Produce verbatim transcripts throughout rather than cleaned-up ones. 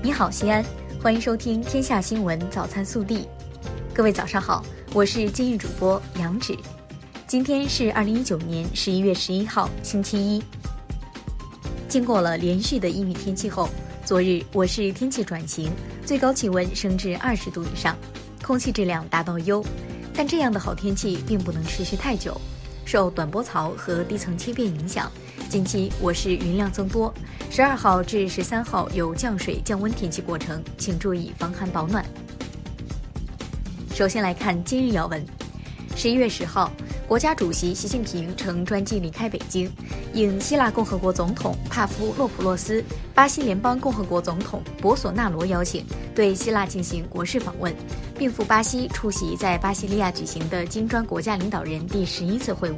你好，西安，欢迎收听天下新闻早餐速递。各位早上好，我是今日主播杨芷。今天是二零一九年十一月十一号，星期一。经过了连续的阴雨天气后，昨日我市天气转晴，最高气温升至二十度以上，空气质量达到优。但这样的好天气并不能持续太久，受短波槽和低层切变影响，近期我市云量增多，十二号至十三号有降水降温天气过程，请注意防寒保暖。首先来看今日要闻。十一月十号，国家主席习近平乘专机离开北京，应希腊共和国总统帕夫洛普洛斯、巴西联邦共和国总统博索纳罗邀请，对希腊进行国事访问，并赴巴西出席在巴西利亚举行的金砖国家领导人第十一次会晤。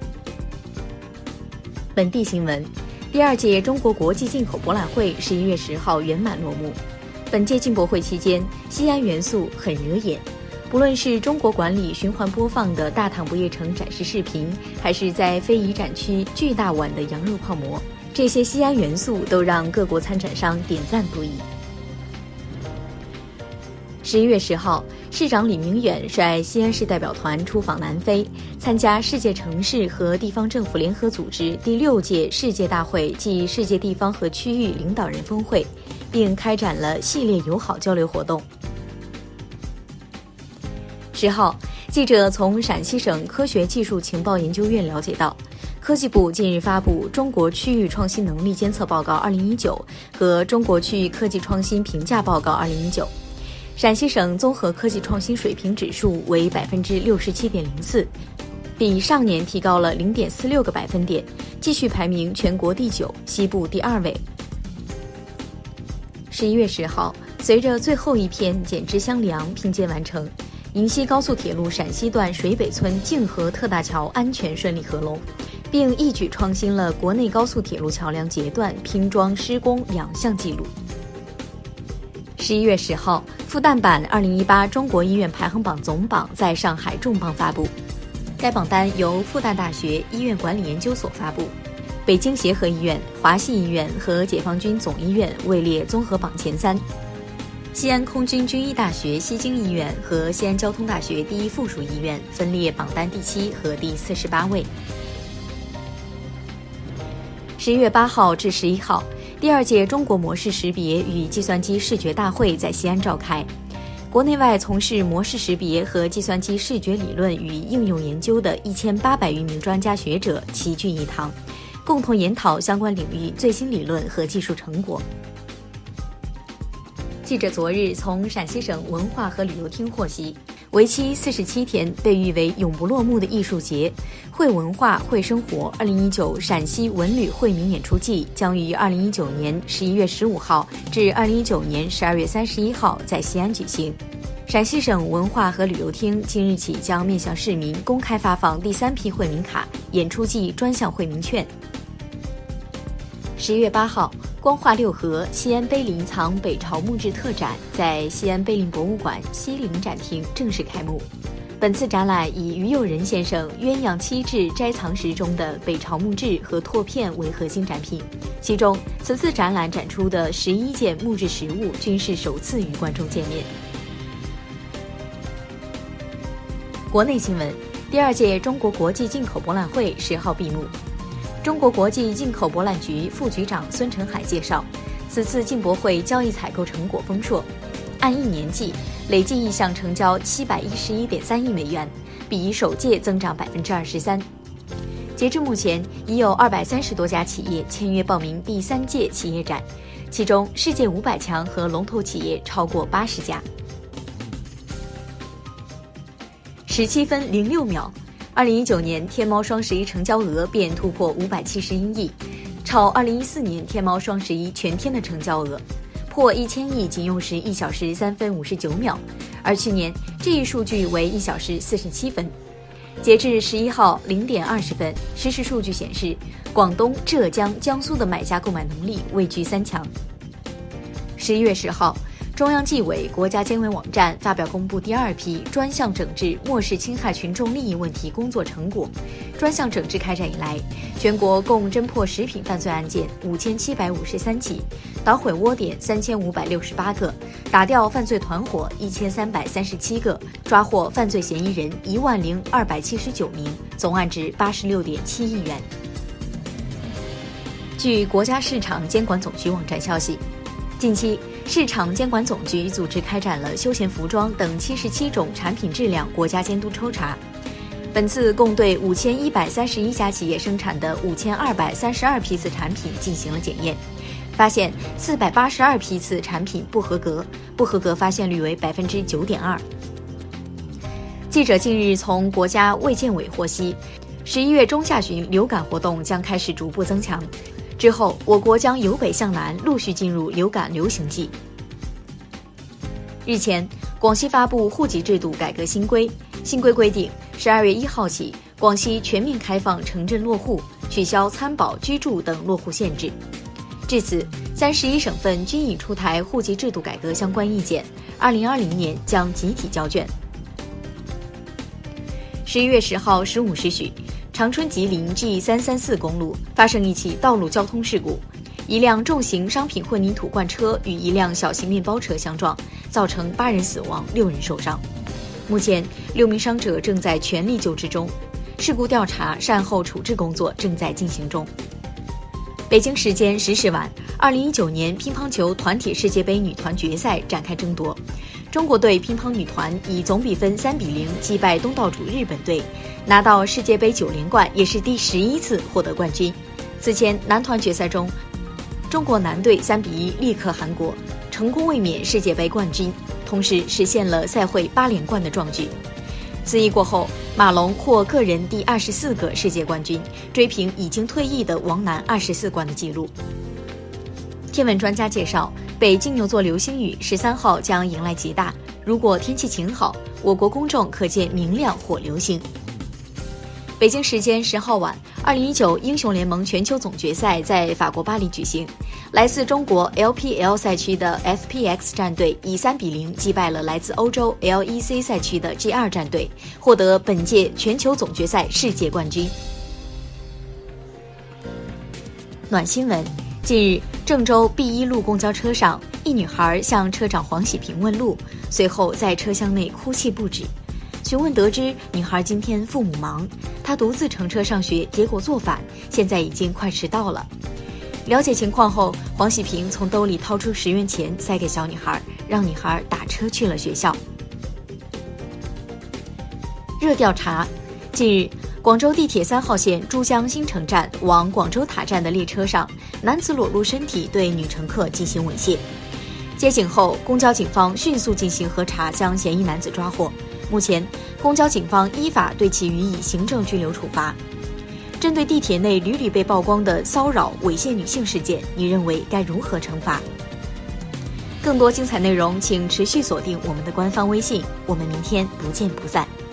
本地新闻，第二届中国国际进口博览会十一月十号圆满落幕。本届进博会期间，西安元素很惹眼。不论是中国馆里循环播放的大唐不夜城展示视频，还是在非遗展区巨大碗的羊肉泡馍，这些西安元素都让各国参展商点赞不已。十一月十号，市长李明远率西安市代表团出访南非，参加世界城市和地方政府联合组织第六届世界大会暨世界地方和区域领导人峰会，并开展了系列友好交流活动。十号，记者从陕西省科学技术情报研究院了解到，科技部近日发布《中国区域创新能力监测报告二零一九》和《中国区域科技创新评价报告二零一九》。陕西省综合科技创新水平指数为百分之六十七点零四，比上年提高了零点四六个百分点，继续排名全国第九，西部第二位。十一月十号，随着最后一篇减支箱梁拼接完成，银西高速铁路陕西段水北村泾河特大桥安全顺利合龙，并一举创新了国内高速铁路桥梁截段拼装施工两项纪录。十一月十号，复旦版二零一八中国医院排行榜总榜在上海重磅发布，该榜单由复旦大学医院管理研究所发布，北京协和医院、华西医院和解放军总医院位列综合榜前三。西安空军军医大学西京医院和西安交通大学第一附属医院分列榜单第七和第四十八位。十一月八号至十一号，第二届中国模式识别与计算机视觉大会在西安召开，国内外从事模式识别和计算机视觉理论与应用研究的一千八百余名专家学者齐聚一堂，共同研讨相关领域最新理论和技术成果。记者昨日从陕西省文化和旅游厅获悉，为期四十七天、被誉为永不落幕的艺术节“会文化会生活二零一九陕西文旅会明演出季”将于二零一九年十一月十五号至二零一九年十二月三十一号在西安举行。陕西省文化和旅游厅今日起将面向市民公开发放第三批惠民卡、演出季专项惠民券。十一月八号，光化六合西安碑林藏北朝木质特展在西安碑林博物馆西陵展厅正式开幕。本次展览以于右仁先生鸳鸯漆制斋藏石中的北朝木质和拓片为核心展品，其中此次展览展出的十一件木质实物均是首次与观众见面。国内新闻，第二届中国国际进口博览会十号闭幕。中国国际进口博览局副局长孙成海介绍，此次进博会交易采购成果丰硕，按一年计，累计意向成交七百一十一点三亿美元，比首届增长百分之二十三。截至目前，已有二百三十多家企业签约报名第三届企业展，其中世界五百强和龙头企业超过八十家。十七分零六秒。二零一九年天猫双十一成交额便突破五百七十一亿，超二零一四年天猫双十一全天的成交额，破一千亿仅用时一小时三分五十九秒，而去年这一数据为一小时四十七分。截至十一号零点二十分，实时数据显示，广东、浙江、江苏的买家购买能力位居三强。十一月十号， 中央纪委国家监委网站发表公布第二批专项整治漠视侵害群众利益问题工作成果。专项整治开展以来，全国共侦破食品犯罪案件五千七百五十三起，捣毁窝点三千五百六十八个，打掉犯罪团伙一千三百三十七个，抓获犯罪嫌疑人一万零二百七十九名，总案值八十六点七亿元。据国家市场监管总局网站消息，近期市场监管总局组织开展了休闲服装等七十七种产品质量国家监督抽查。本次共对五千一百三十一家企业生产的五千二百三十二批次产品进行了检验，发现四百八十二批次产品不合格，不合格发现率为百分之九点二。记者近日从国家卫健委获悉，十一月中下旬流感活动将开始逐步增强。之后，我国将由北向南陆续进入流感流行季。日前，广西发布户籍制度改革新规，新规规定，十二月一号起，广西全面开放城镇落户，取消参保、居住等落户限制。至此，三十一省份均已出台户籍制度改革相关意见，二零二零年将集体交卷。十一月十号十五时许，长春吉林 G 三三四公路发生一起道路交通事故，一辆重型商品混凝土罐车与一辆小型面包车相撞，造成八人死亡，六人受伤。目前，六名伤者正在全力救治中，事故调查、善后处置工作正在进行中。北京时间十时晚，二零一九年乒乓球团体世界杯女团决赛展开争夺。中国队乒乓女团以总比分三比零击败东道主日本队，拿到世界杯九连冠，也是第十一次获得冠军。此前男团决赛中，中国男队三比一力克韩国，成功卫冕世界杯冠军，同时实现了赛会八连冠的壮举。此役过后，马龙获个人第二十四个世界冠军，追平已经退役的王楠二十四冠的纪录。天文专家介绍，北金牛座流星雨十三号将迎来极大，如果天气晴好，我国公众可见明亮火流星。北京时间十号晚，二零一九英雄联盟全球总决赛在法国巴黎举行。来自中国 L P L 赛区的 F P X 战队以三比零击败了来自欧洲 L E C 赛区的 G 二 战队，获得本届全球总决赛世界冠军。暖新闻：近日，郑州 B 一路公交车上，一女孩向车长黄喜平问路，随后在车厢内哭泣不止。询问得知，女孩今天父母忙，她独自乘车上学，结果坐反，现在已经快迟到了。了解情况后，黄喜平从兜里掏出十元钱塞给小女孩，让女孩打车去了学校。热调查：近日，广州地铁三号线珠江新城站往广州塔站的列车上，男子裸露身体对女乘客进行猥亵。接警后，公交警方迅速进行核查，将嫌疑男子抓获。目前，公交警方依法对其予以行政拘留处罚。针对地铁内屡屡被曝光的骚扰、猥亵女性事件，你认为该如何惩罚？更多精彩内容，请持续锁定我们的官方微信。我们明天不见不散。